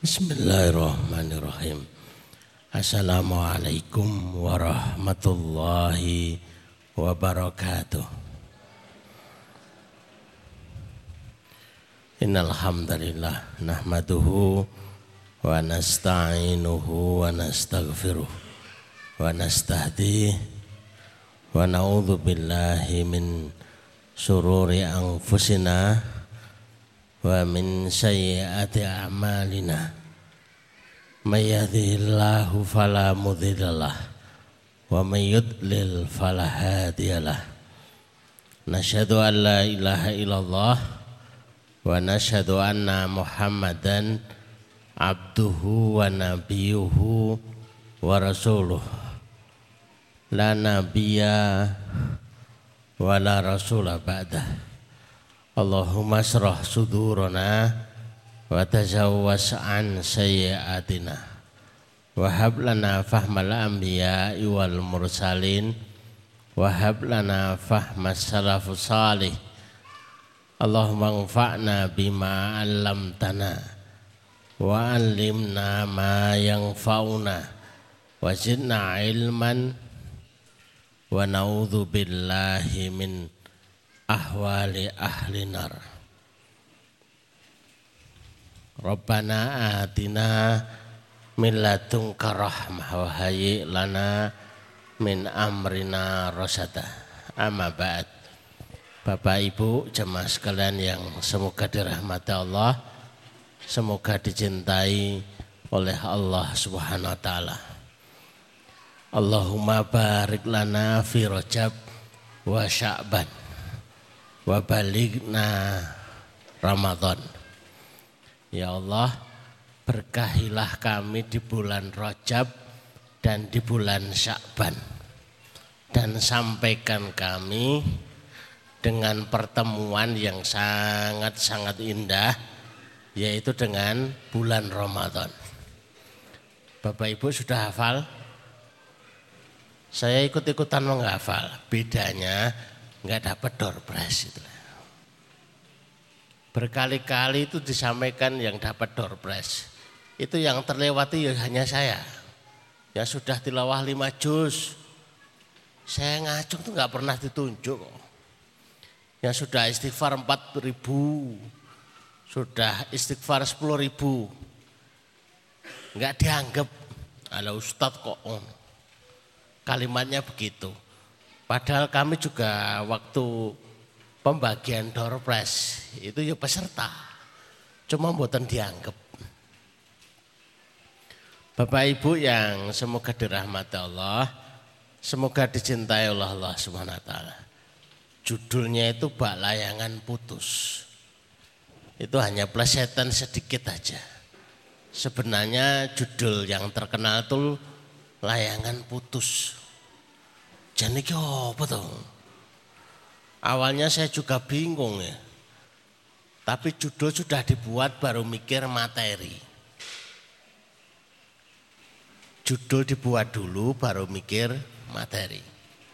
Bismillahirrahmanirrahim. Assalamualaikum warahmatullahi wabarakatuh. Innal hamdalillah nahmaduhu wa nasta'inuhu wa nastaghfiruh wa nastahdihi wa na'udzu billahi min syururi anfusina wa min sayyiati a'malina. May yahdihillahu fala mudhillalah wa may yudlil fala hadiyalah. Nasyhadu an la ilaha illallah wa nasyhadu anna Muhammadan abduhu wa nabiyuhu wa rasuluh. La nabiyya wa la rasula ba'dah. Allahumma shrah sudurana wa tajawwaz an sayyiatina wa hab lana fahmal anbiya'i wal mursalin wa hab lana fahmas salafus salih. Allahumma anfa'na bima 'allamtana wa 'allimna ma yanfa'una wa zidna ilman wa na'udzu billahi min ahwali ahli nar. Rabbana atina min ladunka rahmah wa hayyi lana min amrina rasyada. Amma ba'd. Bapak Ibu jemaah sekalian yang semoga dirahmati Allah, semoga dicintai oleh Allah Subhanahu wa taala. Allahumma barik lana fi Rajab wa Sya'ban wa balighna Ramadan. Ya Allah, berkahilah kami di bulan Rajab dan di bulan Sya'ban, dan sampaikan kami dengan pertemuan yang sangat-sangat indah, yaitu dengan bulan Ramadan. Bapak Ibu sudah hafal? Saya ikut-ikutan menghafal, bedanya nggak dapat door prize itu. Berkali-kali itu disampaikan yang dapat door prize. Itu yang terlewati ya hanya saya. Ya sudah tilawah 5 juz. Saya ngacung tuh nggak pernah ditunjuk. Yang sudah istighfar 4.000, sudah istighfar 10.000, nggak dianggap. Ala Ustadz kok kalimatnya begitu. Padahal kami juga waktu pembagian door prize itu ya peserta, cuma mboten dianggap. Bapak Ibu yang semoga dirahmati Allah, semoga dicintai oleh Allah Subhanahu wa taala. Judulnya itu bak layangan putus. Itu hanya plesetan sedikit aja. Sebenarnya judul yang terkenal itu layangan putus. Jadi apa tuh? Awalnya saya juga bingung ya. Tapi judul sudah dibuat baru mikir materi. Judul dibuat dulu baru mikir materi.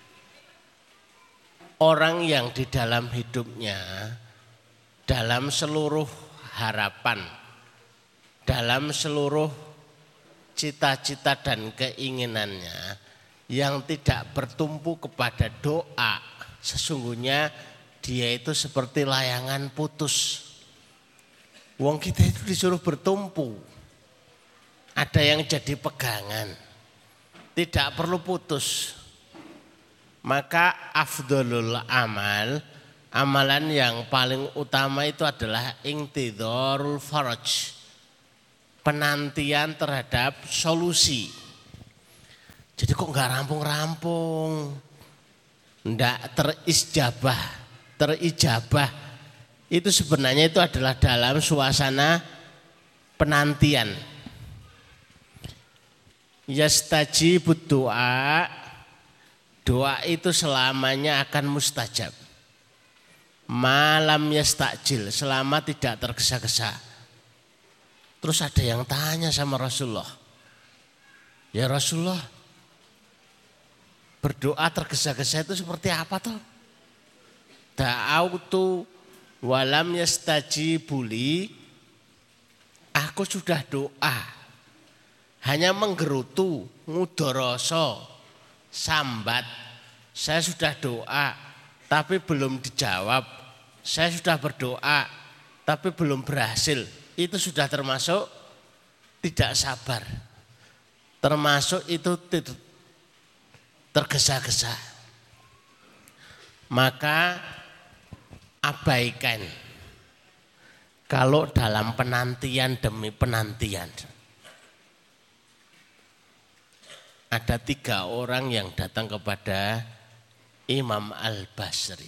Orang yang di dalam hidupnya, dalam seluruh harapan, dalam seluruh cita-cita dan keinginannya yang tidak bertumpu kepada doa, sesungguhnya dia itu seperti layangan putus. Wong kita itu disuruh bertumpu. Ada yang jadi pegangan. Tidak perlu putus. Maka afdholul amal, amalan yang paling utama itu adalah intidharul faraj. Penantian terhadap solusi. Jadi kok enggak rampung-rampung. Enggak terijabah itu sebenarnya itu adalah dalam suasana penantian. Yastajibud doa, doa itu selamanya akan mustajab. Malam yastajil, selama tidak tergesa-gesa. Terus ada yang tanya sama Rasulullah, ya Rasulullah, berdoa tergesa-gesa itu seperti apa toh? Da'autu walam yastajibuli, aku Aku sudah doa, hanya menggerutu, ngudoroso, sambat. Saya sudah doa, tapi belum dijawab. Saya sudah berdoa, tapi belum berhasil. Itu sudah termasuk tidak sabar. Termasuk itu tergesa-gesa. Maka abaikan. Kalau dalam penantian demi penantian. Ada 3 orang yang datang kepada Imam Al-Basri.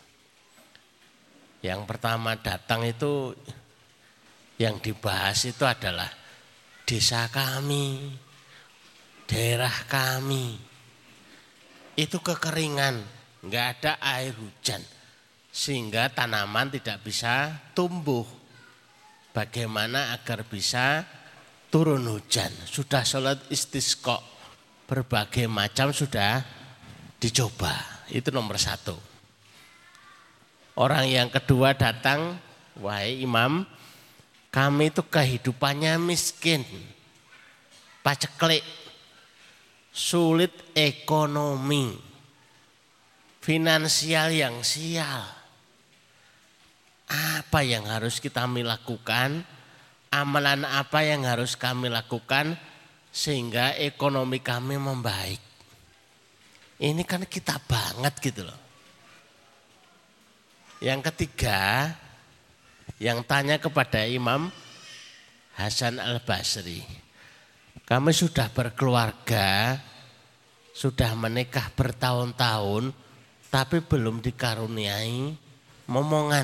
Yang pertama datang itu yang dibahas itu adalah desa kami, daerah kami itu kekeringan, enggak ada air hujan sehingga tanaman tidak bisa tumbuh. Bagaimana agar bisa turun hujan? Sudah sholat istisqa, berbagai macam sudah dicoba. Itu nomor 1. Orang yang kedua datang, wahai Imam, kami itu kehidupannya miskin, paceklik, sulit ekonomi, finansial yang sial. Apa yang harus kami lakukan? Amalan apa yang harus kami lakukan sehingga ekonomi kami membaik? Ini kan kita banget gitu loh. Yang ketiga, yang tanya kepada Imam Hasan Al-Basri, kami sudah berkeluarga, sudah menikah bertahun-tahun, tapi belum dikaruniai momongan.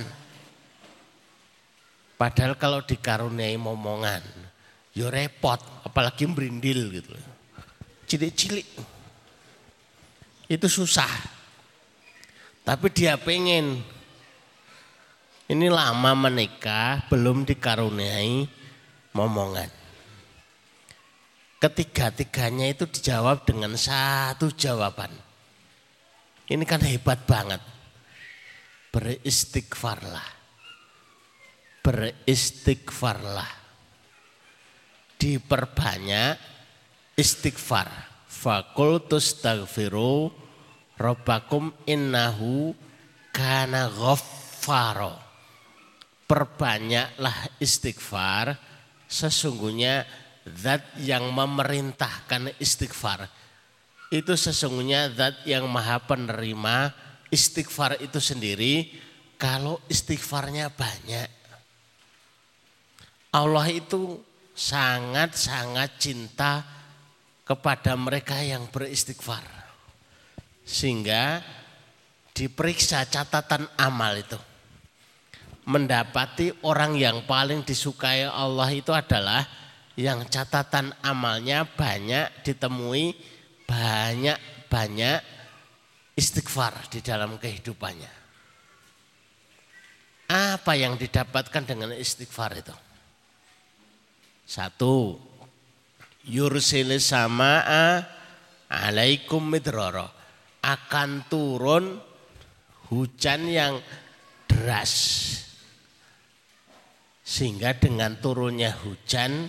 Padahal kalau dikaruniai momongan, ya repot, apalagi merindil gitu. Cilik-cilik, itu susah. Tapi dia pengen, ini lama menikah, belum dikaruniai momongan. Ketiga-tiganya itu dijawab dengan satu jawaban. Ini kan hebat banget. Beristighfarlah. Beristighfarlah. Diperbanyak istighfar. Fakultus taghfiru rabbakum innahu kana ghaffaro. Perbanyaklah istighfar, sesungguhnya zat yang memerintahkan istighfar itu sesungguhnya zat yang maha penerima istighfar itu sendiri kalau istighfarnya banyak. Allah itu sangat-sangat cinta kepada mereka yang beristighfar. Sehingga diperiksa catatan amal itu. Mendapati orang yang paling disukai Allah itu adalah yang catatan amalnya banyak ditemui, banyak istighfar di dalam kehidupannya. Apa yang didapatkan dengan istighfar itu? 1, yursilis sama'a alaikum midrara, akan turun hujan yang deras. Sehingga dengan turunnya hujan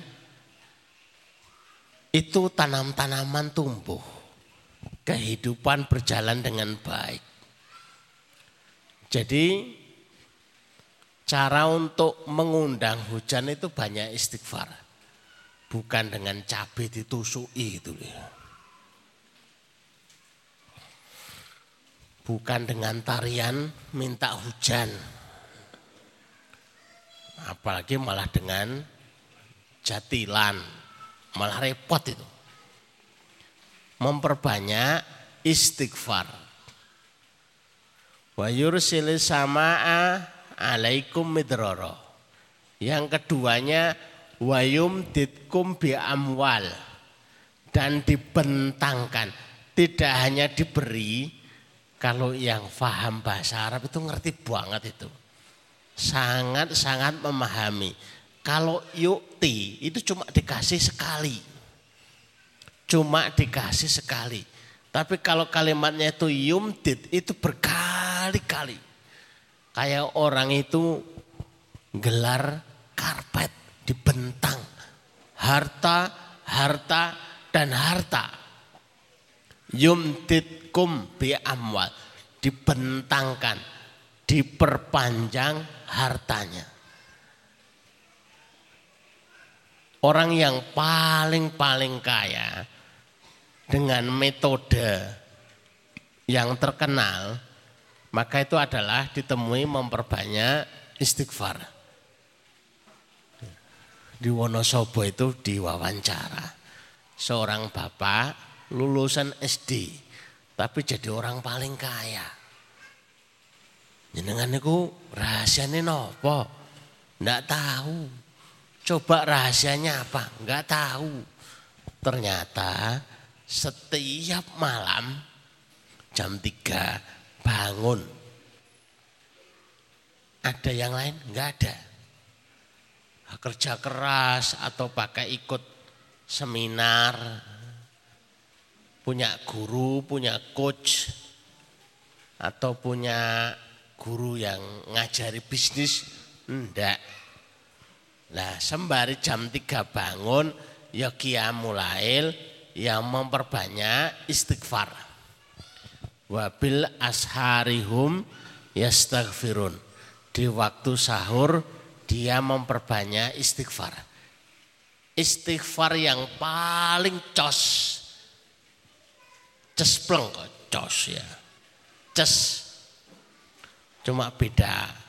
itu tanaman tumbuh, kehidupan berjalan dengan baik. Jadi cara untuk mengundang hujan itu banyak istighfar, bukan dengan cabai ditusui itu. Bukan dengan tarian minta hujan. Apalagi malah dengan jatilan, malah repot itu. Memperbanyak istighfar. Wa yursilis sama'a alaikum midrara. Yang keduanya wa yumditkum bi amwal, dan dibentangkan, tidak hanya diberi. Kalau yang paham bahasa Arab itu ngerti banget itu. Sangat-sangat memahami. Kalau yukti itu cuma dikasih sekali. Cuma dikasih sekali. Tapi kalau kalimatnya itu yumdit itu berkali-kali. Kayak orang itu gelar karpet dibentang. Harta, harta, dan harta. Yumditkum bi amwal, dibentangkan, diperpanjang hartanya. Orang yang paling kaya dengan metode yang terkenal, maka itu adalah ditemui memperbanyak istighfar. Di Wonosobo itu diwawancara seorang bapak lulusan SD tapi jadi orang paling kaya. Jenengan niku rahasiane napa? Ndak tahu. Coba rahasianya apa? Enggak tahu. Ternyata setiap malam jam 3 bangun. Ada yang lain? Enggak ada. Kerja keras atau pakai ikut seminar, punya guru, punya coach, atau punya guru yang ngajari bisnis, enggak. Nah, sembari jam 3 bangun, ya qiyamul lail, yang memperbanyak istighfar. Wabil asharihum yastaghfirun. Di waktu sahur dia memperbanyak istighfar. Istighfar yang paling cespleng kok, cos ya. Ces. Cuma beda.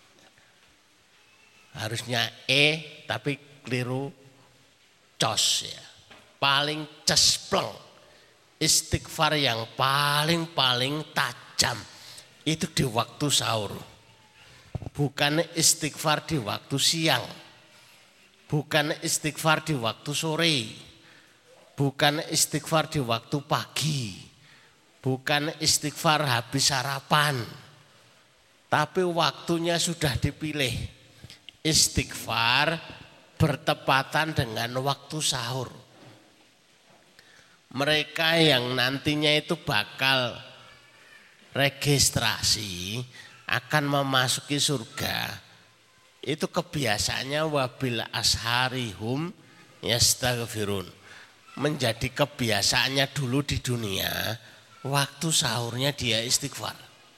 Harusnya tapi keliru cos ya. Paling cespleng. Istighfar yang paling tajam itu di waktu sahur. Bukan istighfar di waktu siang. Bukan istighfar di waktu sore. Bukan istighfar di waktu pagi. Bukan istighfar habis sarapan. Tapi waktunya sudah dipilih. Istighfar bertepatan dengan waktu sahur. Mereka yang nantinya itu bakal registrasi akan memasuki surga, itu kebiasaannya wabil asharihum yastaghfirun. Menjadi kebiasaannya dulu di dunia, waktu sahurnya dia istighfar.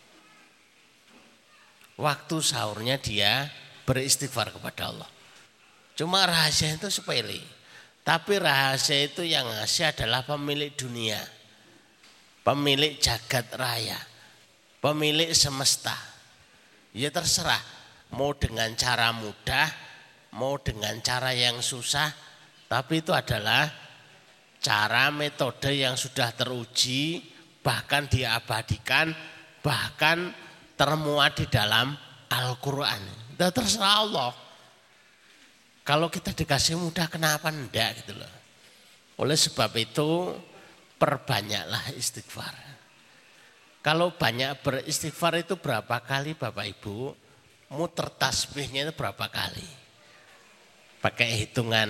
Waktu sahurnya dia beristighfar kepada Allah. Cuma rahasia itu sepele. Tapi rahasia itu yang ngasih adalah pemilik dunia. Pemilik jagat raya. Pemilik semesta. Ya terserah. Mau dengan cara mudah. Mau dengan cara yang susah. Tapi itu adalah cara metode yang sudah teruji. Bahkan diabadikan. Bahkan termuat di dalam Al-Quran. Itu terserah Allah. Kalau kita dikasih mudah kenapa enggak gitu loh. Oleh sebab itu perbanyaklah istighfar. Kalau banyak beristighfar itu berapa kali Bapak Ibu? Muter tasbihnya itu berapa kali? Pakai hitungan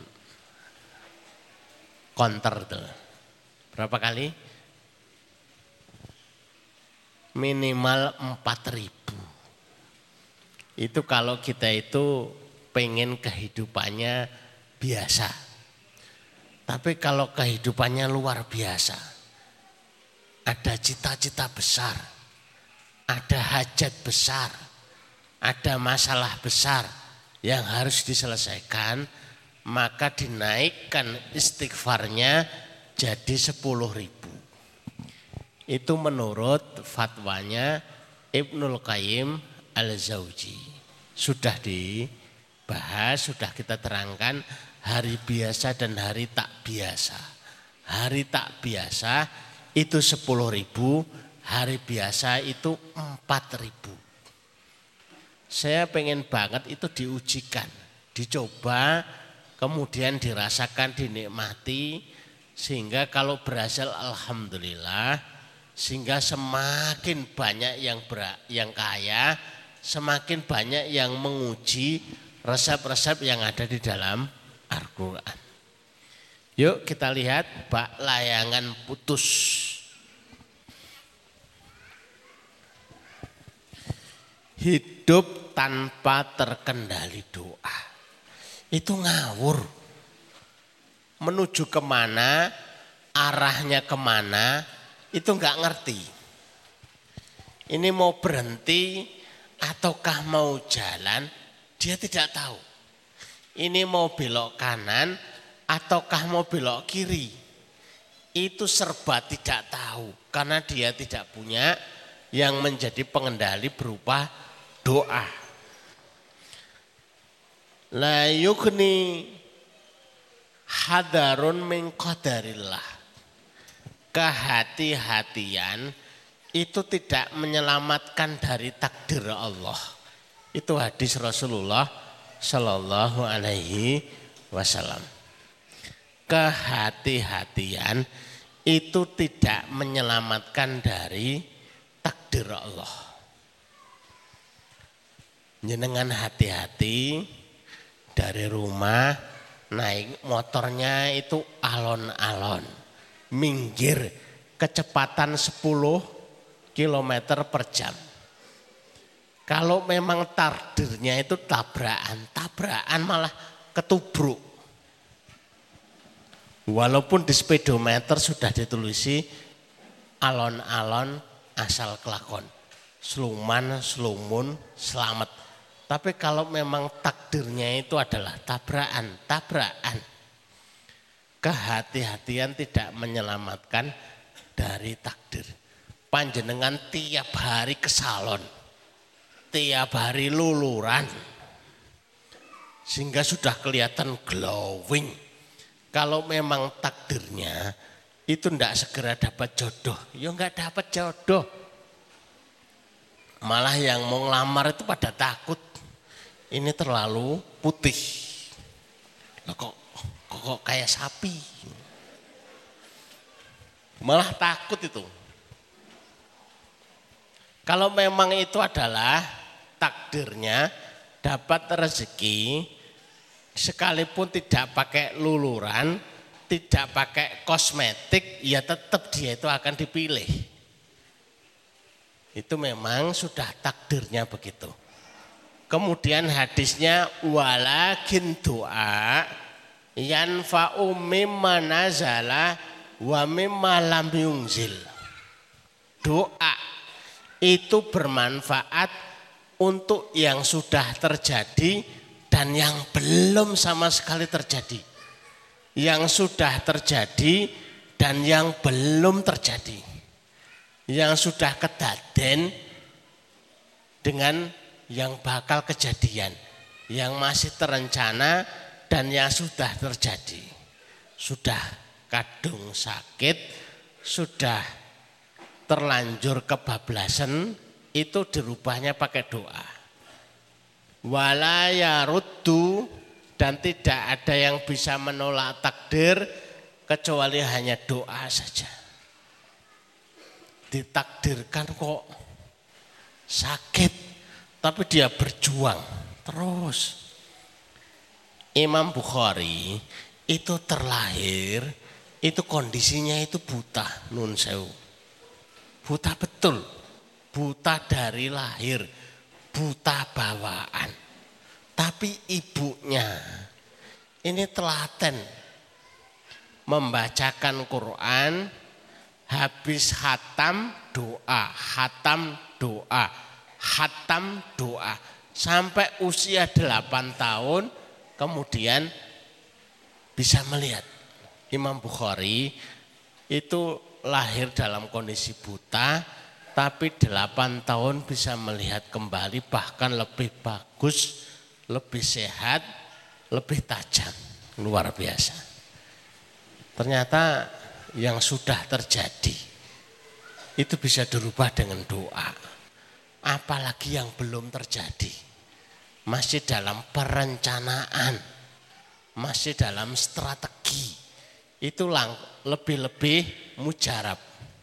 konter tuh. Berapa kali? Minimal 4.000. Itu kalau kita itu pengen kehidupannya biasa. Tapi kalau kehidupannya luar biasa, ada cita-cita besar, ada hajat besar, ada masalah besar yang harus diselesaikan, maka dinaikkan istighfarnya jadi 10.000. Itu menurut fatwanya Ibnul Qayyim Al-Jauzi. Sudah dibahas, sudah kita terangkan hari biasa dan hari tak biasa. Hari tak biasa itu 10.000, hari biasa itu 4.000. Saya pengen banget itu diujikan, dicoba, kemudian dirasakan, dinikmati, sehingga kalau berhasil alhamdulillah, sehingga semakin banyak yang kaya, semakin banyak yang menguji resep-resep yang ada di dalam Al-Quran. Yuk kita lihat bak layangan putus. Hidup tanpa terkendali doa. itu ngawur. Menuju kemana, arahnya kemana, itu nggak ngerti. Ini mau berhenti ataukah mau jalan, dia tidak tahu. Ini mau belok kanan ataukah mau belok kiri. Itu serba tidak tahu karena dia tidak punya yang menjadi pengendali berupa doa. La yughni hadarun min qadarillah. Kehati-hatian itu tidak menyelamatkan dari takdir Allah. Itu hadis Rasulullah Shallallahu Alaihi Wasallam. Kehati-hatian itu tidak menyelamatkan dari takdir Allah. Jenengan hati-hati dari rumah naik motornya itu alon-alon, minggir kecepatan 10 km per jam. Kalau memang takdirnya itu tabrakan malah ketubruk. Walaupun di speedometer sudah ditulisi alon-alon asal kelakon, sluman, slumun, selamat. Tapi kalau memang takdirnya itu adalah tabrakan, kehati-hatian tidak menyelamatkan dari takdir. Panjenengan tiap hari ke salon, tiap hari luluran, sehingga sudah kelihatan glowing. Kalau memang takdirnya itu tidak segera dapat jodoh, ya enggak dapat jodoh. Malah yang mau ngelamar itu pada takut. Ini terlalu putih. Loh kok kayak sapi. Malah takut itu. Kalau memang itu adalah takdirnya dapat rezeki, sekalipun tidak pakai luluran, tidak pakai kosmetik, ya tetap dia itu akan dipilih. Itu memang sudah takdirnya begitu. Kemudian hadisnya walakin doa yanfa'u mimma nazala wa mimma lam yunzil. Doa itu bermanfaat untuk yang sudah terjadi dan yang belum sama sekali terjadi. Yang sudah terjadi dan yang belum terjadi. Yang sudah kedaden dengan yang bakal kejadian, yang masih terencana dan yang sudah terjadi. Sudah kadung sakit, sudah terlanjur kebablasan, itu dirubahnya pakai doa. Wala yaruddu, dan tidak ada yang bisa menolak takdir kecuali hanya doa saja. Ditakdirkan kok sakit, tapi dia berjuang terus. Imam Bukhari itu terlahir, itu kondisinya itu buta, nun sewu. Buta betul, buta dari lahir, buta bawaan. Tapi ibunya ini telaten membacakan Quran, habis hatam doa, hatam doa sampai usia 8 tahun kemudian bisa melihat. Imam Bukhari itu lahir dalam kondisi buta tapi 8 tahun bisa melihat kembali, bahkan lebih bagus, lebih sehat, lebih tajam. Luar biasa. Ternyata yang sudah terjadi itu bisa dirubah dengan doa. Apalagi yang belum terjadi, masih dalam perencanaan, masih dalam strategi, itu lebih-lebih mujarab.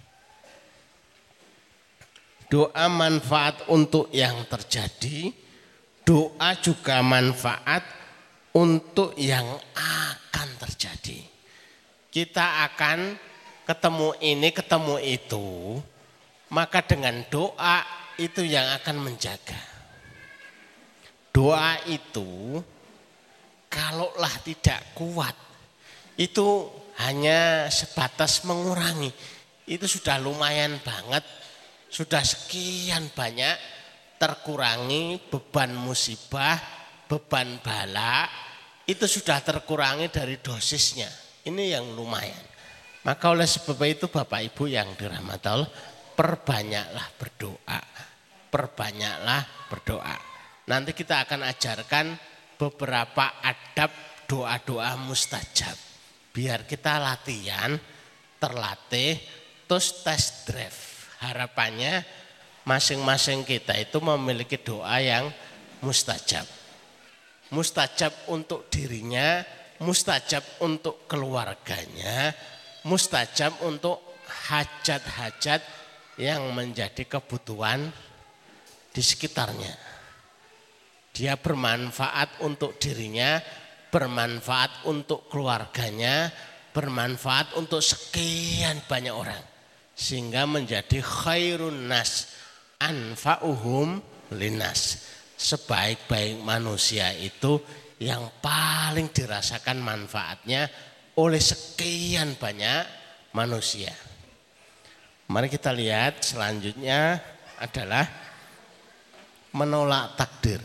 Doa manfaat untuk yang terjadi, doa juga manfaat untuk yang akan terjadi. Kita akan ketemu ini, ketemu itu, maka dengan doa itu yang akan menjaga. Doa itu Kalaulah tidak kuat, itu hanya sebatas mengurangi. Itu sudah lumayan banget, sudah sekian banyak terkurangi beban musibah, beban bala, itu sudah terkurangi dari dosisnya. Ini yang lumayan. Maka oleh sebab itu Bapak Ibu yang dirahmati Allah, perbanyaklah berdoa. Perbanyaklah berdoa. Nanti kita akan ajarkan beberapa adab doa-doa mustajab. Biar kita latihan, terlatih, terus test drive. Harapannya masing-masing kita itu memiliki doa yang mustajab. Mustajab untuk dirinya, mustajab untuk keluarganya, mustajab untuk hajat-hajat yang menjadi kebutuhan di sekitarnya. Dia bermanfaat untuk dirinya, bermanfaat untuk keluarganya, bermanfaat untuk sekian banyak orang. Sehingga menjadi khairun nas anfa'uhum linas. Sebaik-baik manusia itu yang paling dirasakan manfaatnya oleh sekian banyak manusia. Mari kita lihat selanjutnya adalah menolak takdir.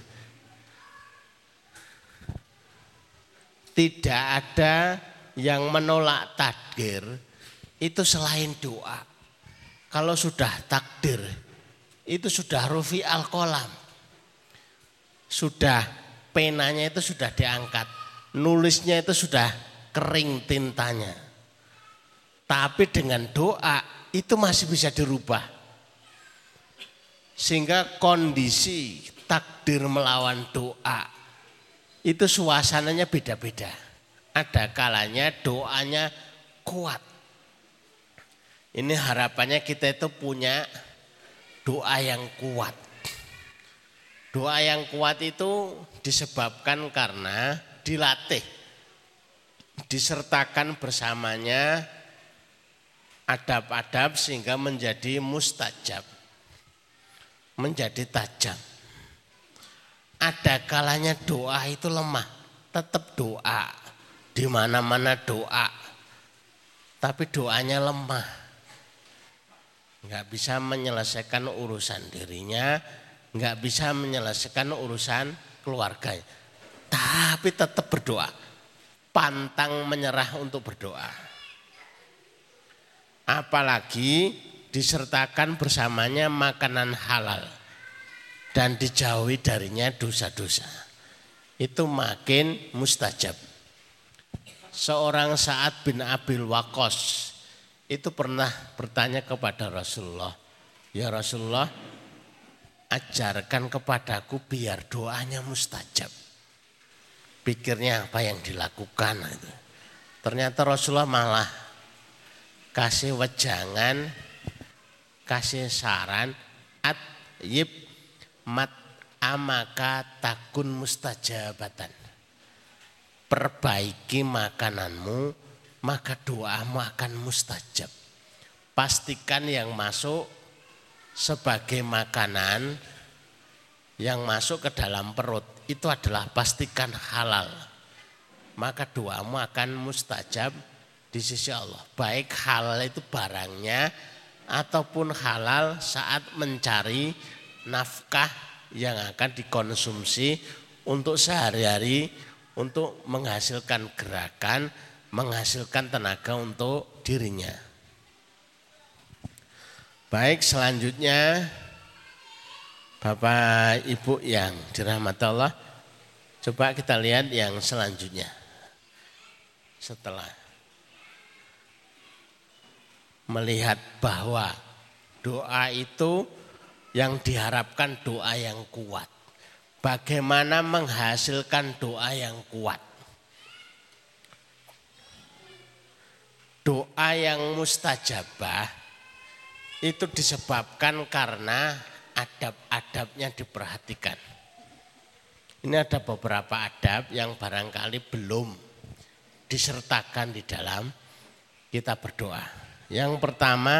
Tidak ada yang menolak takdir itu selain doa. Kalau sudah takdir itu sudah rufi al-qalam. Sudah penanya itu sudah diangkat. Nulisnya itu sudah kering tintanya. Tapi dengan doa itu masih bisa dirubah. Sehingga kondisi takdir melawan doa itu suasananya beda-beda. Ada kalanya doanya kuat. Ini harapannya kita itu punya doa yang kuat. Doa yang kuat itu disebabkan karena dilatih. Disertakan bersamanya adab-adab sehingga menjadi mustajab. Menjadi tajam. Ada kalanya doa itu lemah, tetap doa, di mana-mana doa, tapi doanya lemah, nggak bisa menyelesaikan urusan dirinya, nggak bisa menyelesaikan urusan keluarganya, tapi tetap berdoa, pantang menyerah untuk berdoa. Apalagi disertakan bersamanya makanan halal. Dan dijauhi darinya dosa-dosa. Itu makin mustajab. Seorang Sa'ad bin Abil Waqqas itu pernah bertanya kepada Rasulullah. Ya Rasulullah, ajarkan kepadaku biar doanya mustajab. Pikirnya apa yang dilakukan. Ternyata Rasulullah malah kasih wejangan, kasih saran, at-yib mat amaka takun mustajabatan. Perbaiki makananmu, maka doamu akan mustajab. Pastikan yang masuk sebagai makanan, yang masuk ke dalam perut itu adalah pastikan halal. Maka doamu akan mustajab di sisi Allah. Baik halal itu barangnya ataupun halal saat mencari nafkah yang akan dikonsumsi untuk sehari-hari, untuk menghasilkan gerakan, menghasilkan tenaga untuk dirinya. Baik, selanjutnya Bapak Ibu yang dirahmati Allah, coba kita lihat yang selanjutnya. Setelah melihat bahwa doa itu yang diharapkan doa yang kuat. Bagaimana menghasilkan doa yang kuat? Doa yang mustajabah itu disebabkan karena adab-adabnya diperhatikan. Ini ada beberapa adab yang barangkali belum disertakan di dalam kita berdoa. Yang pertama,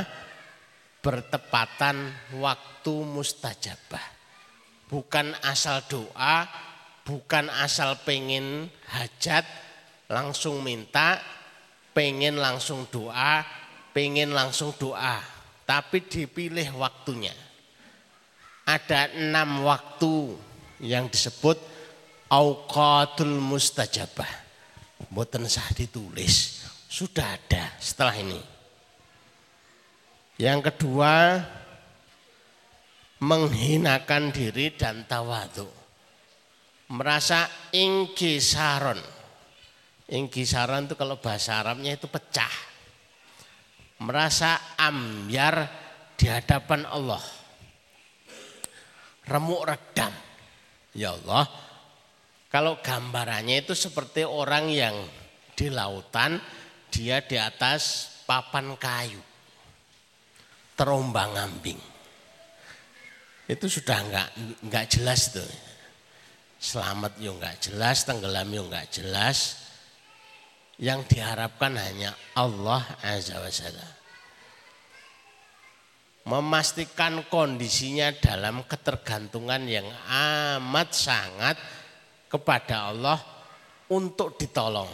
bertepatan waktu mustajabah. Bukan asal doa bukan asal pengen hajat langsung minta, pengen langsung doa, tapi dipilih waktunya. Ada 6 waktu yang disebut auqatul mustajabah. Mboten sah ditulis, sudah ada setelah ini. Yang kedua, menghinakan diri dan tawadhu. Merasa ingkisaron. Ingkisaron itu kalau bahasa Arabnya itu pecah. Merasa ambyar di hadapan Allah. Remuk redam. Ya Allah, kalau gambarannya itu seperti orang yang di lautan, dia di atas papan kayu. Terombang-ambing. Itu sudah enggak jelas tuh. Selamat yo enggak jelas, tenggelam yo enggak jelas. Yang diharapkan hanya Allah Azza wa Jalla. Memastikan kondisinya dalam ketergantungan yang amat sangat kepada Allah untuk ditolong.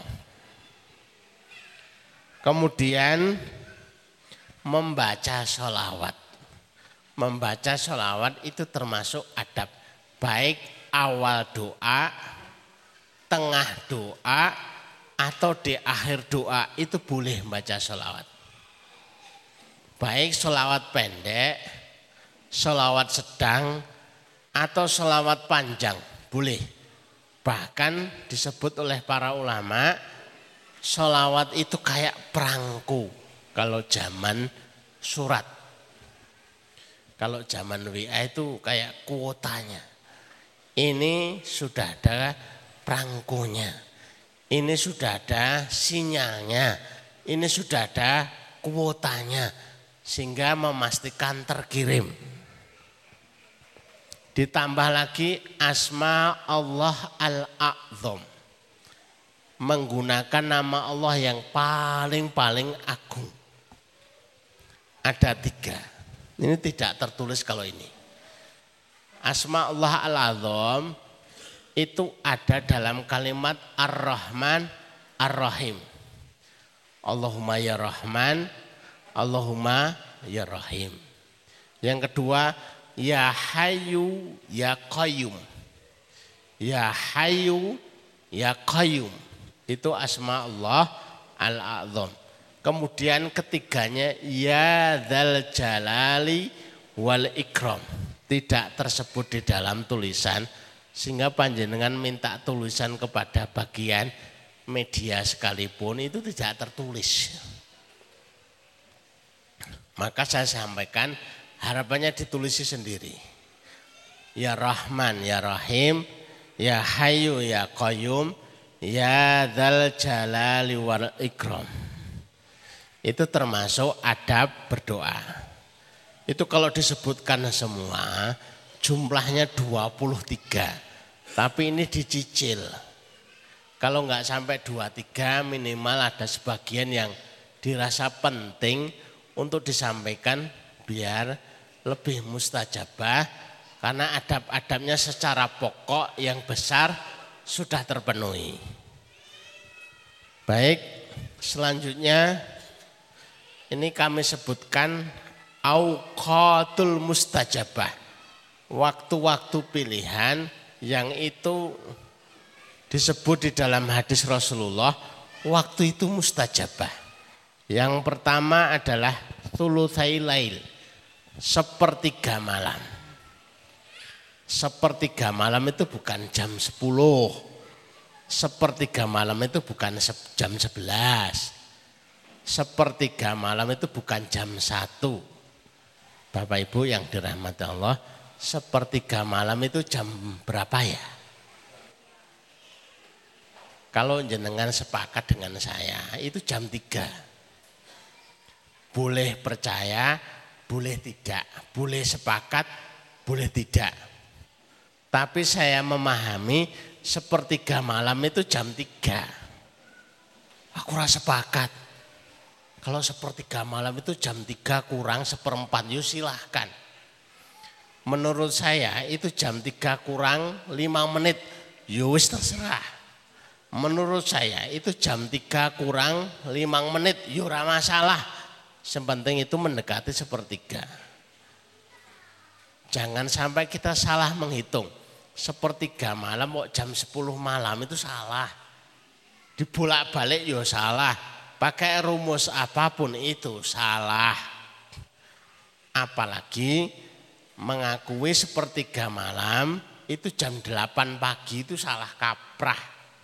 Kemudian membaca sholawat. Membaca sholawat itu termasuk adab. Baik awal doa, tengah doa, atau di akhir doa itu boleh membaca sholawat. Baik sholawat pendek, sholawat sedang, atau sholawat panjang, boleh. Bahkan disebut oleh para ulama, sholawat itu kayak perangko kalau zaman surat. Kalau zaman WA itu kayak kuotanya. Ini sudah ada perangkonya, ini sudah ada sinyalnya, ini sudah ada kuotanya. Sehingga memastikan terkirim. Ditambah lagi asma Allah al-a'zam. Menggunakan nama Allah yang paling agung. Ada 3. Ini tidak tertulis kalau ini. Asma Allah al-a'zam itu ada dalam kalimat Ar-Rahman Ar-Rahim. Allahumma ya Rahman, Allahumma ya Rahim. Yang kedua, ya Hayyu ya Qayyum. Ya Hayyu ya Qayyum. Itu asma Allah al-a'zam. Kemudian ketiganya, ya Dzal Jalali wal Ikram. Tidak tersebut di dalam tulisan, sehingga panjenengan minta tulisan kepada bagian media sekalipun itu tidak tertulis. Maka saya sampaikan harapannya ditulisi sendiri. Ya Rahman, ya Rahim, ya Hayyu, ya Qayyum, ya Dzal Jalali wal Ikram. Itu termasuk adab berdoa. Itu kalau disebutkan semua jumlahnya 23. Tapi ini dicicil. Kalau enggak sampai 23 minimal ada sebagian yang dirasa penting untuk disampaikan biar lebih mustajabah karena adab-adabnya secara pokok yang besar sudah terpenuhi. Baik, selanjutnya ini kami sebutkan auqatul mustajabah. Waktu-waktu pilihan yang itu disebut di dalam hadis Rasulullah, waktu itu mustajabah. Yang pertama adalah thulutsai lail, sepertiga malam. Sepertiga malam itu bukan jam 10. Sepertiga malam itu bukan jam 11. Sepertiga malam itu bukan jam 1. Bapak Ibu yang dirahmati Allah, sepertiga malam itu jam berapa ya? Kalau jenengan sepakat dengan saya, itu jam 3. Boleh percaya, boleh tidak, boleh sepakat, boleh tidak. Tapi saya memahami sepertiga malam itu jam 3. Aku rasa sepakat. Kalau sepertiga malam itu jam 3 kurang 1/4, yuk silahkan. Menurut saya itu jam 3 kurang 5 menit ya wis terserah. Menurut saya itu jam 3 kurang 5 menit ya ora masalah. Sepenting itu mendekati sepertiga. Jangan sampai kita salah menghitung. Sepertiga malam kok jam 10 malam itu salah. Dibolak-balik ya salah. Pakai rumus apapun itu salah. Apalagi mengakui sepertiga malam itu jam 8 pagi itu salah kaprah.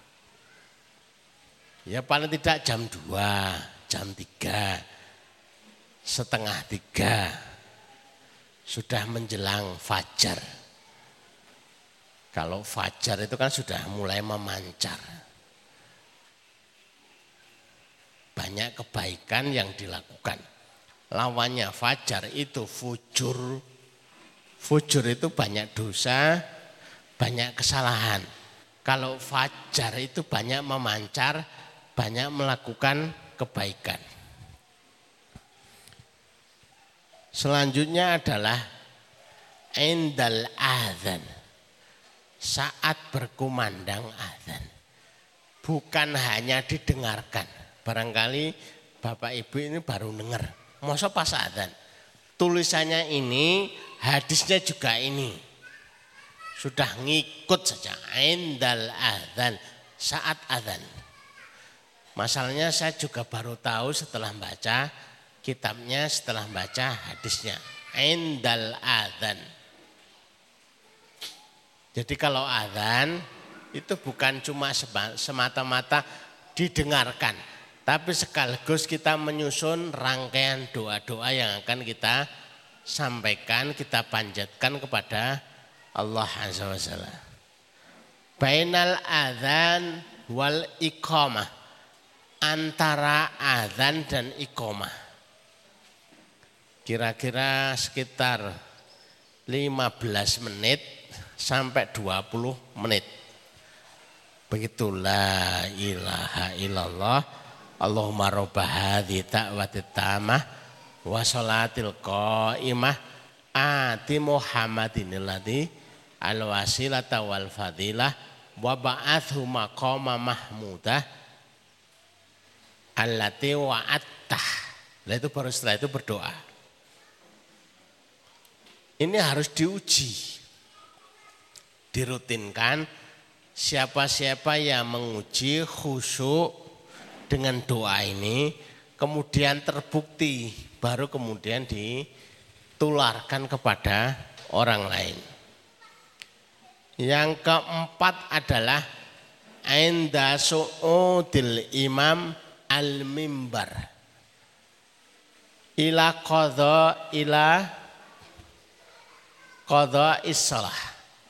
Ya paling tidak jam 2, jam 3, setengah 3 sudah menjelang fajar. Kalau fajar itu kan sudah mulai memancar. Banyak kebaikan yang dilakukan. Lawannya fajar itu fujur. Fujur itu banyak dosa, banyak kesalahan. Kalau fajar itu banyak memancar, banyak melakukan kebaikan. Selanjutnya adalah indal adzan. Saat berkumandang adzan. Bukan hanya didengarkan. Barangkali Bapak Ibu ini baru dengar. Masa pas adzan. Tulisannya ini, hadisnya juga ini. Sudah ngikut saja. Indal adzan. Saat adzan. Masalahnya saya juga baru tahu setelah baca kitabnya, setelah baca hadisnya. Indal adzan. Jadi kalau adzan itu bukan cuma semata-mata didengarkan. Tapi sekaligus kita menyusun rangkaian doa-doa yang akan kita sampaikan, kita panjatkan kepada Allah Azza wa Jalla. Bainal adzan wal iqamah. Antara adzan dan iqamah. Kira-kira sekitar 15 menit sampai 20 menit. Begitu la ilaha illallah Allahumma robba hadhi ta'wati tamah wa sholatil qaimah ati Muhammadinil ladzi al-wasilata wal fadilah wa ba'athu maqama mahmudah allati wa'attah. Nah itu baru setelah itu berdoa. Ini harus diuji. Dirutinkan. Siapa-siapa yang menguji khusyuk dengan doa ini kemudian terbukti, baru kemudian ditularkan kepada orang lain. Yang keempat adalah inda su'udil imam al-mimbar ila qadha is-shalah.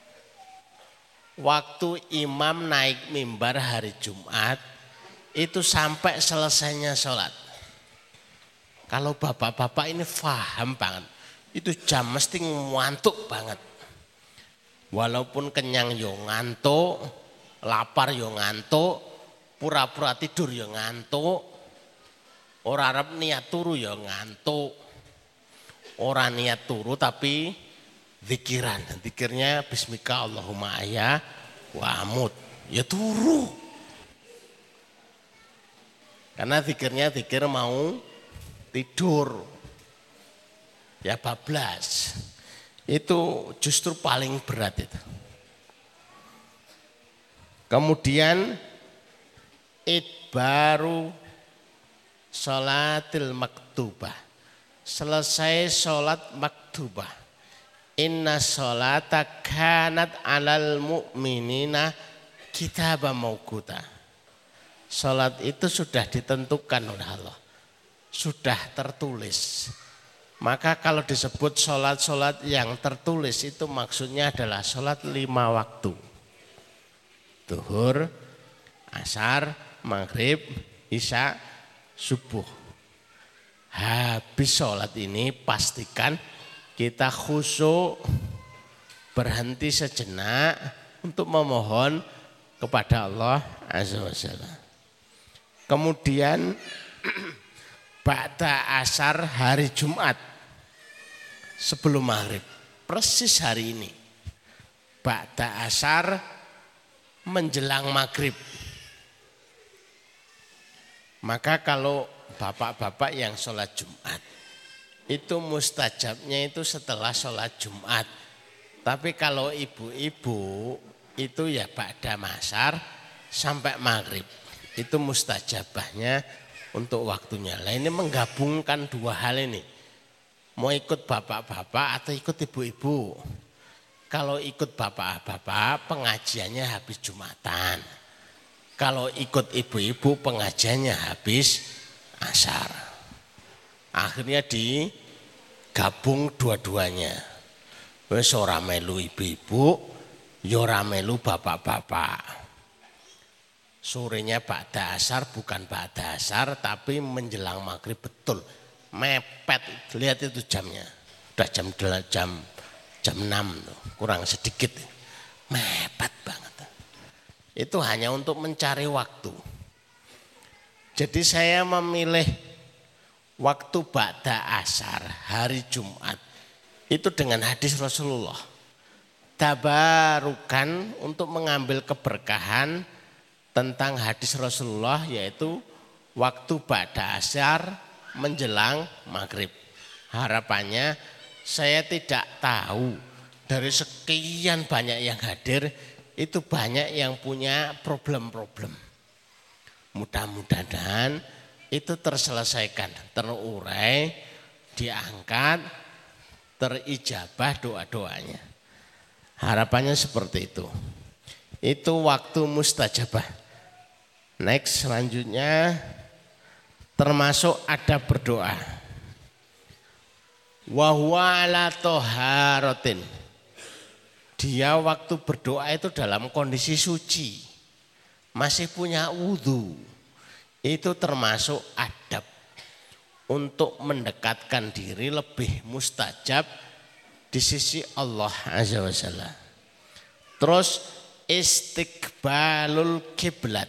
Waktu imam naik mimbar hari Jumat itu sampai selesainya sholat. Kalau bapak-bapak ini paham banget, itu jam mesti ngantuk banget. Walaupun kenyang yo ngantuk, lapar yo ngantuk, pura-pura tidur yo ngantuk, ora arep niat turu yo ngantuk, ora niat turu tapi zikiran, zikirnya bismika Allahumma ahya wa amut, ya turu. Karena zikirnya zikir mau tidur. Ya bablas. Itu justru paling berat itu. Kemudian idbaru sholatil maktubah. Selesai sholat maktubah. Inna sholata kanat alal mu'minina kitaba mauquta. Sholat itu sudah ditentukan oleh Allah. Sudah tertulis. Maka kalau disebut sholat-sholat yang tertulis itu maksudnya adalah sholat 5 waktu. Zuhur, asar, maghrib, isya, subuh. Habis sholat ini pastikan kita khusyuk, berhenti sejenak untuk memohon kepada Allah Azza wa Jalla. Kemudian ba'da asar hari Jumat sebelum maghrib, persis hari ini. Ba'da asar menjelang maghrib. Maka kalau bapak-bapak yang sholat Jumat, itu mustajabnya itu setelah sholat Jumat. Tapi kalau ibu-ibu itu ya ba'da masar sampai maghrib. Itu mustajabahnya untuk waktunya. Lah ini menggabungkan dua hal ini. Mau ikut bapak-bapak atau ikut ibu-ibu. Kalau ikut bapak-bapak pengajiannya habis Jumatan. Kalau ikut ibu-ibu pengajiannya habis asar. Akhirnya digabung dua-duanya. Wis ora melu ibu-ibu, ya ora melu bapak-bapak. Sorenya ba'da asar bukan ba'da asar tapi menjelang maghrib betul. Mepet, lihat itu jamnya. Udah jam 6 tuh, kurang sedikit. Mepet banget. Itu hanya untuk mencari waktu. Jadi saya memilih waktu ba'da asar hari Jumat itu dengan hadis Rasulullah. Tabarukan untuk mengambil keberkahan tentang hadis Rasulullah yaitu waktu ba'da asar menjelang maghrib. Harapannya saya tidak tahu dari sekian banyak yang hadir itu banyak yang punya problem-problem. Mudah-mudahan itu terselesaikan, terurai, diangkat, terijabah doa-doanya. Harapannya seperti itu. Itu waktu mustajabah. Next selanjutnya termasuk ada berdoa. Wa huwa ala thaharatin. Dia waktu berdoa itu dalam kondisi suci, masih punya wudhu. Itu termasuk adab untuk mendekatkan diri lebih mustajab di sisi Allah Azza wa Jalla. Terus istiqbalul kiblat.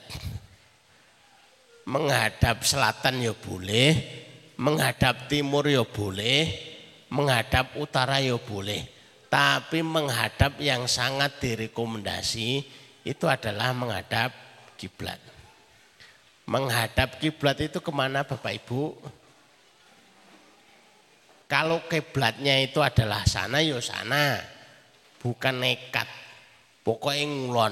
Menghadap selatan ya boleh, menghadap timur ya boleh, menghadap utara ya boleh. Tapi menghadap yang sangat direkomendasi itu adalah menghadap kiblat. Menghadap kiblat itu kemana Bapak Ibu? Kalau kiblatnya itu adalah sana ya sana, bukan nekat, pokoknya ngulon.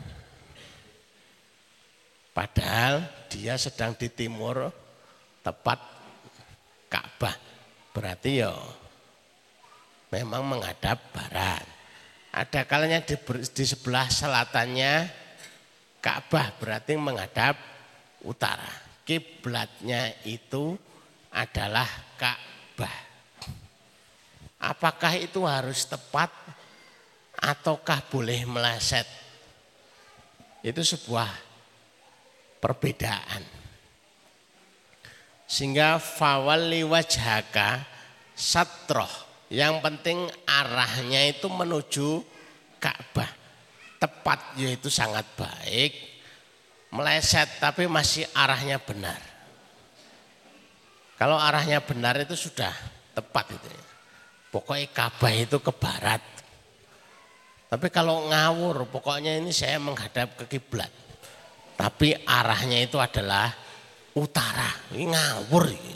Padahal dia sedang di timur tepat Ka'bah, berarti ya memang menghadap barat. Ada kalanya di sebelah selatannya Ka'bah berarti menghadap utara. Kiblatnya itu adalah Ka'bah. Apakah itu harus tepat ataukah boleh meleset? Itu sebuah perbedaan. Sehingga fawalli wajhaka satroh. Yang penting arahnya itu menuju Ka'bah. Tepat yaitu sangat baik. Meleset tapi masih arahnya benar. Kalau arahnya benar itu sudah tepat itu. Pokoknya Ka'bah itu ke barat. Tapi kalau ngawur pokoknya ini saya menghadap ke kiblat. Tapi arahnya itu adalah utara. Ini ngawur ini.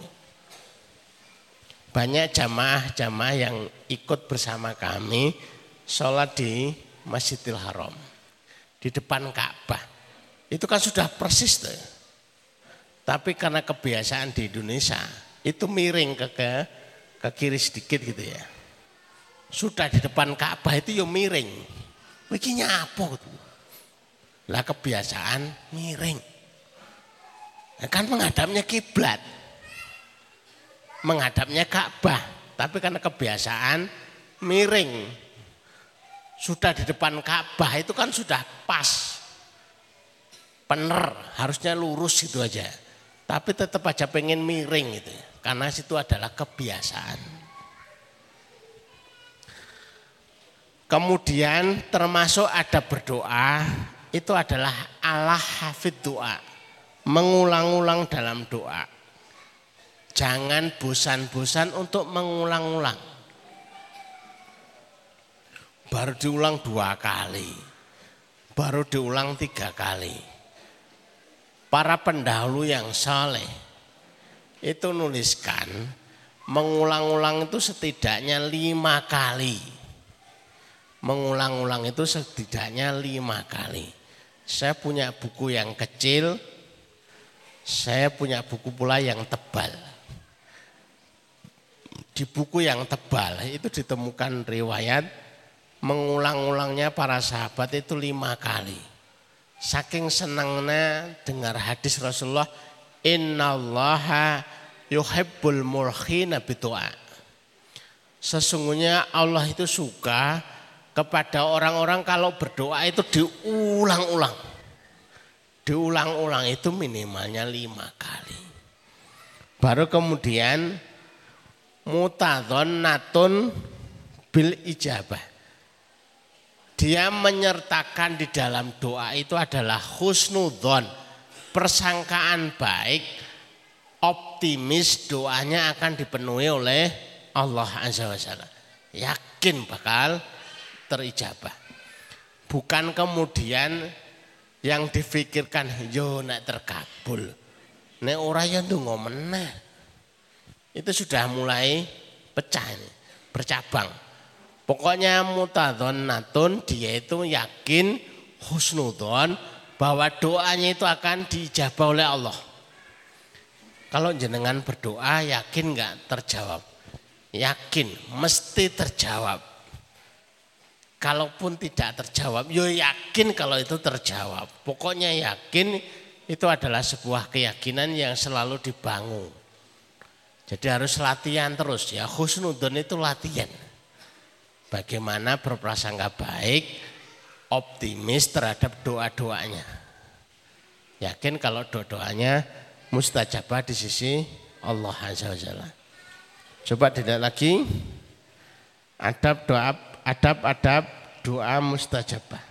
Banyak jamaah-jamaah yang ikut bersama kami sholat di Masjidil Haram. Di depan Ka'bah. Itu kan sudah persis tuh. Tapi karena kebiasaan di Indonesia itu miring ke kiri sedikit gitu ya. Sudah di depan Ka'bah itu ya miring. Iki nyapo gitu. Lah kebiasaan miring. Kan menghadapnya kiblat. Menghadapnya Ka'bah, tapi karena kebiasaan miring. Sudah di depan Ka'bah itu kan sudah pas. Bener, harusnya lurus gitu aja. Tapi tetap aja pengen miring gitu. Karena situ adalah kebiasaan. Kemudian termasuk ada berdoa, itu adalah ala hafid doa. Mengulang-ulang dalam doa. Jangan bosan-bosan untuk mengulang-ulang. Baru diulang 2 kali. baru diulang 3 kali. Para pendahulu yang saleh itu nuliskan mengulang-ulang itu setidaknya 5 kali. Mengulang-ulang itu setidaknya 5 kali. Saya punya buku yang kecil, saya punya buku pula yang tebal. Di buku yang tebal itu ditemukan riwayat mengulang-ulangnya para sahabat itu 5 kali. Saking senangnya dengar hadis Rasulullah, innallaha yuhibbul mulkhina bidu'a. Sesungguhnya Allah itu suka kepada orang-orang kalau berdoa itu diulang-ulang. Diulang-ulang itu minimalnya 5 kali. Baru kemudian mutadhonnatun bil ijabah. Dia menyertakan di dalam doa itu adalah husnudzon, persangkaan baik, optimis doanya akan dipenuhi oleh Allah Azza wa Jalla. Yakin bakal terijabah. Bukan kemudian yang difikirkan yo nek terkabul. Nek ora ya ndonga meneh. Itu sudah mulai pecah ini, bercabang. Pokoknya mutadhonnatun, dia itu yakin husnudzon bahwa doanya itu akan diijabah oleh Allah. Kalau jenengan berdoa yakin enggak terjawab? Yakin, mesti terjawab. Kalaupun tidak terjawab, yo yakin kalau itu terjawab. Pokoknya yakin itu adalah sebuah keyakinan yang selalu dibangun. Jadi harus latihan terus ya, husnudzon itu latihan. Bagaimana berprasangka baik, optimis terhadap doa-doanya. Yakin kalau doa-doanya mustajabah di sisi Allah Azza wa Jalla. Coba dilihat lagi adab doa mustajabah.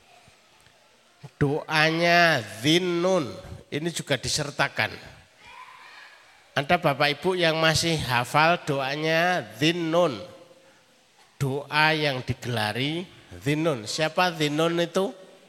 Doanya zinnun ini juga disertakan. Ada Bapak Ibu yang masih hafal doanya zinnun. Doa yang digelari zinnun. Siapa zinnun itu?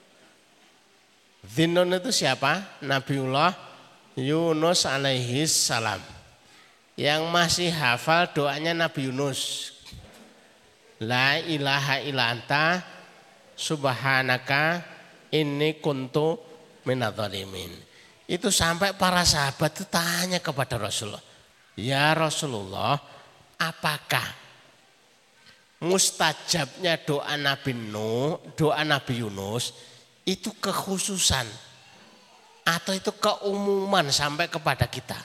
Zinnun itu siapa? Nabiullah Yunus alaihi salam. Yang masih hafal doanya Nabi Yunus. La ilaha illa anta subhanaka inni kuntu minadh-dhalimin. Itu sampai para sahabat itu tanya kepada Rasulullah. Ya Rasulullah, apakah mustajabnya doa Nabi Nuh, doa Nabi Yunus itu kekhususan atau itu keumuman sampai kepada kita?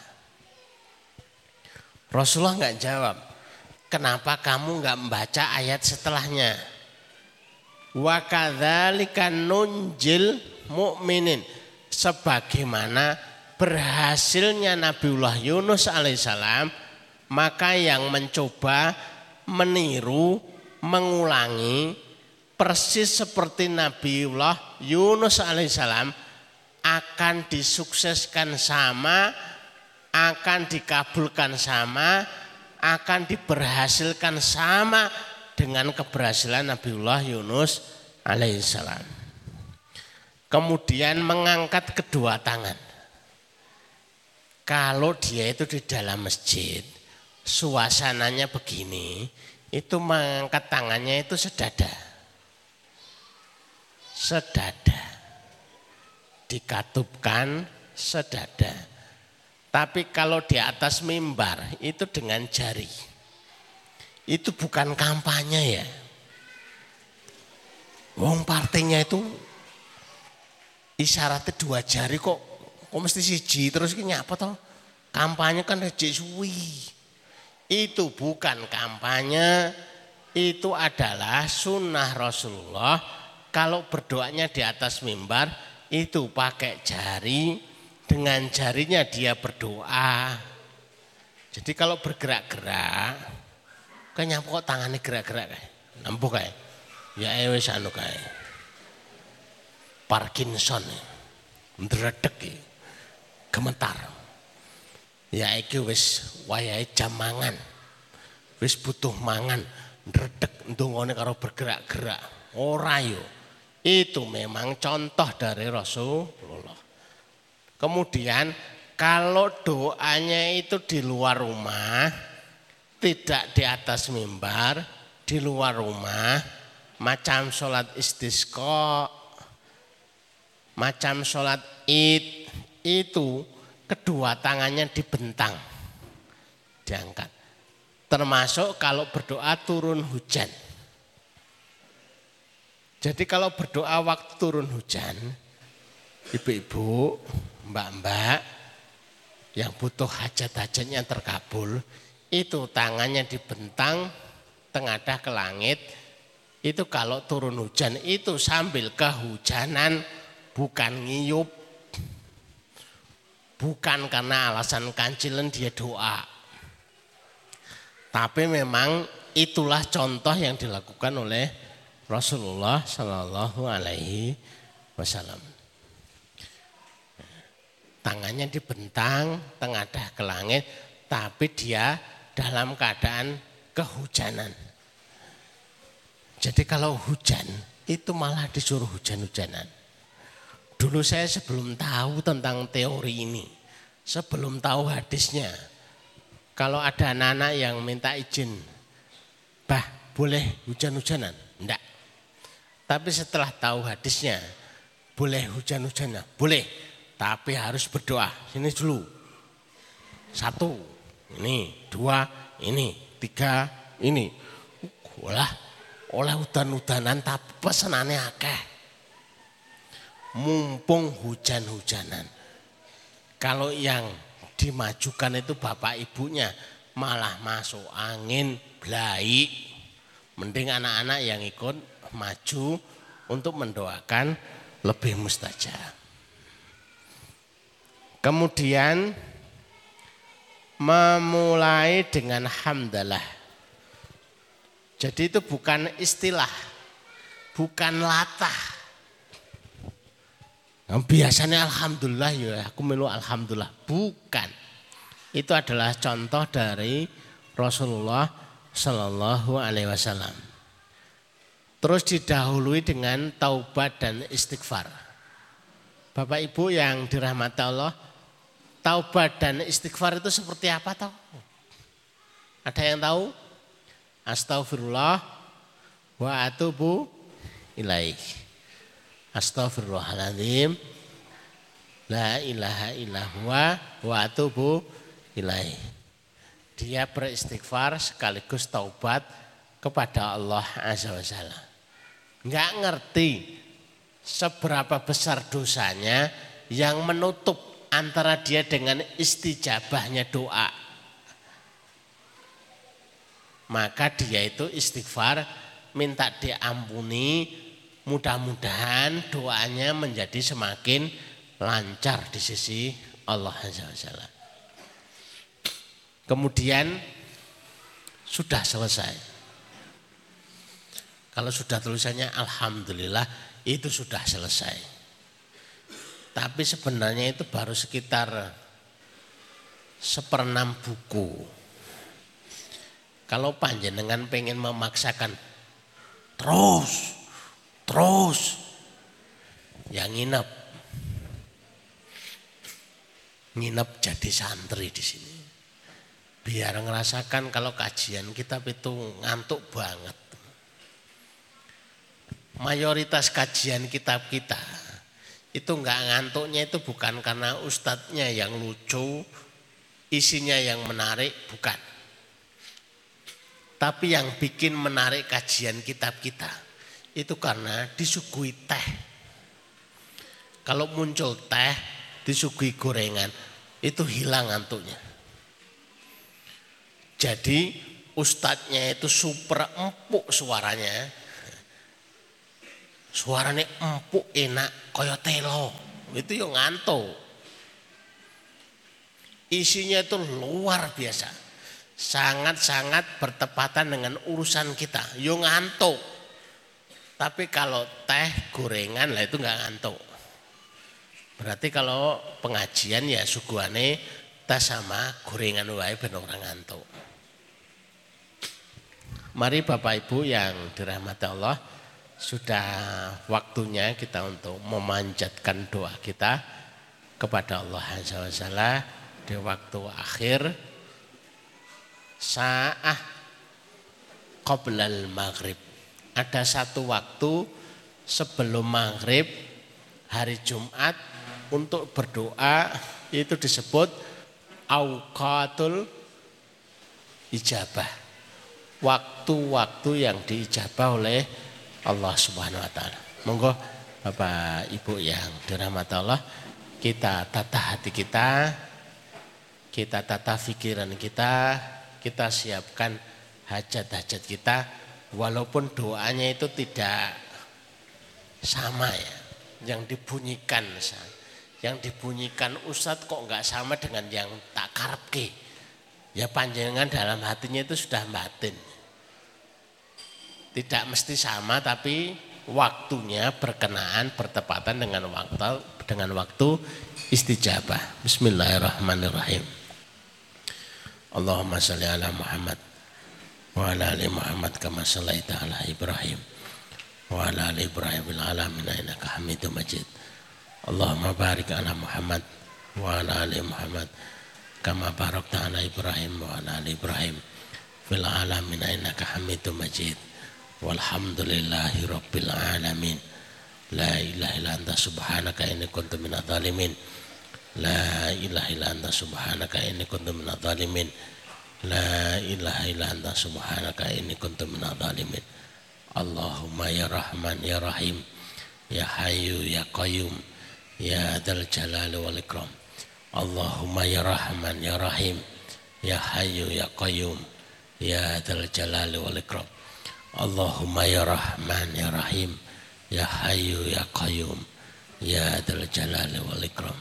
Rasulullah enggak jawab. Kenapa kamu enggak membaca ayat setelahnya? Wa kadzalika nunjil mu'minin. Sebagaimana berhasilnya Nabiullah Yunus alaihissalam, maka yang mencoba meniru, mengulangi persis seperti Nabiullah Yunus alaihissalam akan disukseskan sama, akan dikabulkan sama, akan diberhasilkan sama dengan keberhasilan Nabiullah Yunus alaihissalam. Kemudian mengangkat kedua tangan. Kalau dia itu di dalam masjid, suasananya begini, itu mengangkat tangannya itu sedada. Sedada. Dikatupkan sedada. Tapi kalau di atas mimbar itu dengan jari. Itu bukan kampanye ya. Wong partainya itu isyaratnya 2 jari kok mesti siji terus ini apa toh? Kampanye kan rejek suwi. Itu bukan kampanye, itu adalah sunnah Rasulullah. Kalau berdoanya di atas mimbar itu pakai jari, dengan jarinya dia berdoa. Jadi kalau bergerak-gerak, kan nyapa kok tangannya gerak-gerak kayak, nampuk kayak, ya wis anu kayak. Parkinson, ndredeg gemetar. Ya iki wis wayahe jam mangan. Wis butuh mangan, ndredeg ndongone karo bergerak-gerak. Ora yo. Itu memang contoh dari Rasulullah. Kemudian kalau doanya itu di luar rumah, tidak di atas mimbar, di luar rumah, macam sholat istisqa, macam sholat id, itu kedua tangannya dibentang, diangkat. Termasuk kalau berdoa turun hujan. Jadi kalau berdoa waktu turun hujan, ibu-ibu, mbak-mbak yang butuh hajat-hajatnya terkabul, itu tangannya dibentang, tengadah ke langit. Itu kalau turun hujan itu sambil kehujanan, bukan ngiyup, bukan karena alasan kancilan dia doa. Tapi memang itulah contoh yang dilakukan oleh Rasulullah Shallallahu Alaihi Wasallam. Tangannya dibentang, tengadah ke langit, tapi dia dalam keadaan kehujanan. Jadi kalau hujan itu malah disuruh hujan-hujanan. Dulu saya sebelum tahu tentang teori ini, sebelum tahu hadisnya, kalau ada anak-anak yang minta izin, bah boleh hujan-hujanan? Enggak. Tapi setelah tahu hadisnya, boleh hujan-hujanan? Boleh, tapi harus berdoa. Sini dulu. 1, ini 2, ini 3, ini. Oleh udan-udanan tapi pesenannya akeh. Mumpung hujan-hujanan. Kalau yang dimajukan itu bapak ibunya malah masuk angin, blai. Mending anak-anak yang ikut maju untuk mendoakan lebih mustajab. Kemudian memulai dengan hamdalah. Jadi itu bukan istilah, bukan latah. Nah, biasanya alhamdulillah ya aku melu alhamdulillah, bukan. Itu adalah contoh dari Rasulullah Shallallahu Alaihi Wasallam. Terus didahului dengan taubat dan istighfar. Bapak Ibu yang dirahmati Allah, taubat dan istighfar itu seperti apa tahu? Ada yang tahu? Astaghfirullah wa atubu ilaih. Astaghfirullahaladzim, la ilaha illallah wa atubu ilaih. Dia beristighfar sekaligus taubat kepada Allah Azza wa Jalla. Enggak ngerti seberapa besar dosanya yang menutup antara dia dengan istijabahnya doa. Maka dia itu istighfar, minta diampuni, mudah-mudahan doanya menjadi semakin lancar di sisi Allah Azza wa Jalla. Kemudian sudah selesai. Kalau sudah tulisannya alhamdulillah itu sudah selesai. Tapi sebenarnya itu baru sekitar 1/6 buku. Kalau panjenengan pengen memaksakan terus yang nginep jadi santri di sini. Biar ngerasakan kalau kajian kitab itu ngantuk banget. Mayoritas kajian kitab kita itu enggak ngantuknya itu bukan karena ustadznya yang lucu, isinya yang menarik, bukan. Tapi yang bikin menarik kajian kitab kita itu karena disuguhi teh. Kalau muncul teh, disuguhi gorengan, itu hilang ngantuknya. Jadi ustadznya itu super empuk suaranya. Suaranya empuk enak kaya telo. Itu yang ngantuk. Isinya itu luar biasa. Sangat-sangat bertepatan dengan urusan kita. Yang ngantuk. Tapi kalau teh gorengan lah itu enggak ngantuk. Berarti kalau pengajian ya suguhane teh sama gorengan wae ben ora ngantuk. Mari Bapak Ibu yang dirahmati Allah sudah waktunya kita untuk memanjatkan doa kita kepada Allah Azza wa Jalla di waktu akhir sa'ah qoblal maghrib. Ada satu waktu sebelum maghrib hari Jumat untuk berdoa, itu disebut auqatul ijabah. Waktu-waktu yang diijabah oleh Allah Subhanahu wa taala. Monggo Bapak Ibu yang dirahmati Allah, kita tata hati kita tata pikiran kita siapkan hajat-hajat kita, walaupun doanya itu tidak sama ya. Yang dibunyikan Ustadz kok enggak sama dengan yang tak karepke. Ya panjenengan dalam hatinya itu sudah batin. Tidak mesti sama, tapi waktunya berkenaan bertepatan dengan waktu istijabah. Bismillahirrahmanirrahim. Allahumma shalli ala Muhammad wa ala ali Muhammad kama shallaita ala Ibrahim wa ala ali Ibrahim fil alamin innaka Hamidum Majid. Allahumma barik ala Muhammad wa ala ali Muhammad kama barakta ala Ibrahim wa ala ali Ibrahim fil alamin innaka Hamidum Majid. Walhamdulillahi rabbil alamin. La ilaha illa anta subhanaka inni kuntu minadh dhalimin. La ilaha illa anta subhanaka inni kuntu minadh dhalimin. La ilaha illa anta subhanaka inni kuntu minadh dhalimin. Allahumma ya Rahman ya Rahim ya Hayyu ya Qayyum ya Dzal Jalali wal Ikram. Allahumma ya Rahman ya Rahim ya Hayyu ya Qayyum ya Dzal Jalali wal Ikram. Allahumma ya Rahman ya Rahim ya Hayyu ya Qayyum ya Dzal Jalali wal Ikram.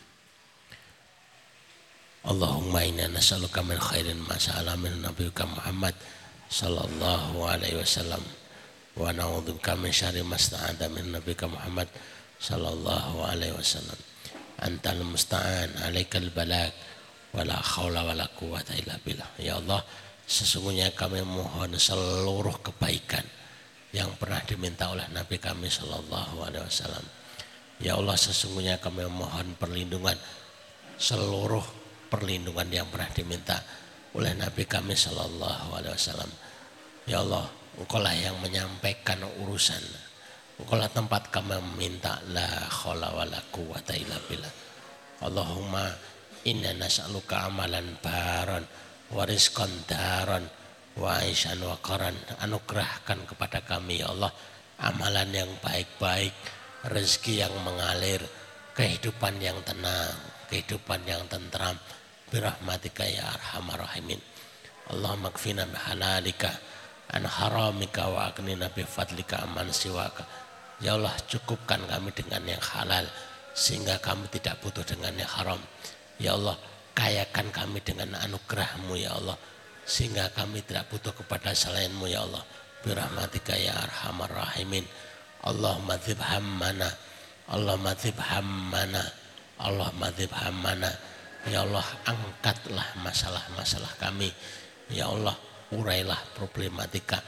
Allahumma inna nas'aluka min khairin ma sa'ala min nabiyyika Muhammad sallallahu alaihi wasallam wa na'udzubika min syarri ma sta'adha min nabiyyika Muhammad sallallahu alaihi wasallam. Antal musta'an, alaikal balag, wala haula wala quwwata illa billah. Ya Allah, sesungguhnya kami mohon seluruh kebaikan yang pernah diminta oleh Nabi kami sallallahu alaihi wasallam. Ya Allah, sesungguhnya kami mohon perlindungan, seluruh perlindungan yang pernah diminta oleh Nabi kami sallallahu alaihi wasallam. Ya Allah, Engkaulah yang menyampaikan urusan. Engkaulah tempat kami meminta. La haula wala quwwata illa billah. Allahumma inna nas'aluka amalan baran wa rizqan daran wa aisyan wa qaran. Anugerahkan kepada kami ya Allah amalan yang baik-baik, rezeki yang mengalir, kehidupan yang tenang, kehidupan yang tentram, birahmatika ya arhamar rahimin. Allahumma kfina bihalalika an haramika wa aghnina bifadlika amman siwaka. Ya Allah, cukupkan kami dengan yang halal sehingga kami tidak butuh dengan yang haram. Ya Allah, kayakan kami dengan anugerahmu ya Allah sehingga kami tidak butuh kepada selainmu ya Allah, birahmatika ya arhamar rahimin. Allahumma dzib hammana, Allahumma dzib hammana, Allahumma dzib hammana. Ya Allah, angkatlah masalah-masalah kami ya Allah, urailah problematika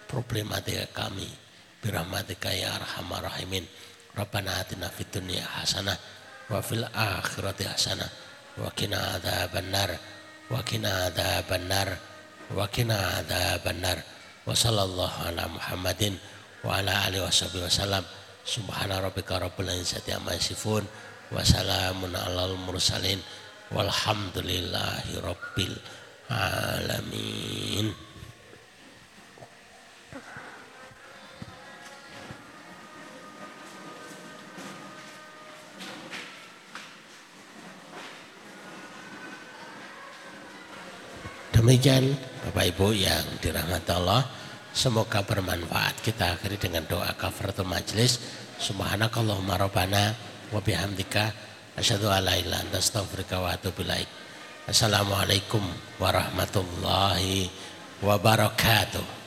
kami birahmatika ya arhamar rahimin. Rabbana atina fid dunya hasanah wa fil akhirati hasanah wa qina adzabannar wa qina adzabannar wa qina adzabannar. Wa sallallahu ala Muhammadin wa ala alihi washabihi wasallam. Subhana rabbika rabbil izzati amma yasifun wa salamun alal mursalin walhamdulillahi rabbil alamin. Demikian Bapak Ibu yang dirahmati Allah, semoga bermanfaat. Kita akhiri dengan doa kafaratul majelis. Subhanakallahumma rabbana wa bihamdika asyhadu an la ilaha illa anta astaghfiruka wa atubu ilaik. Assalamualaikum warahmatullahi wabarakatuh.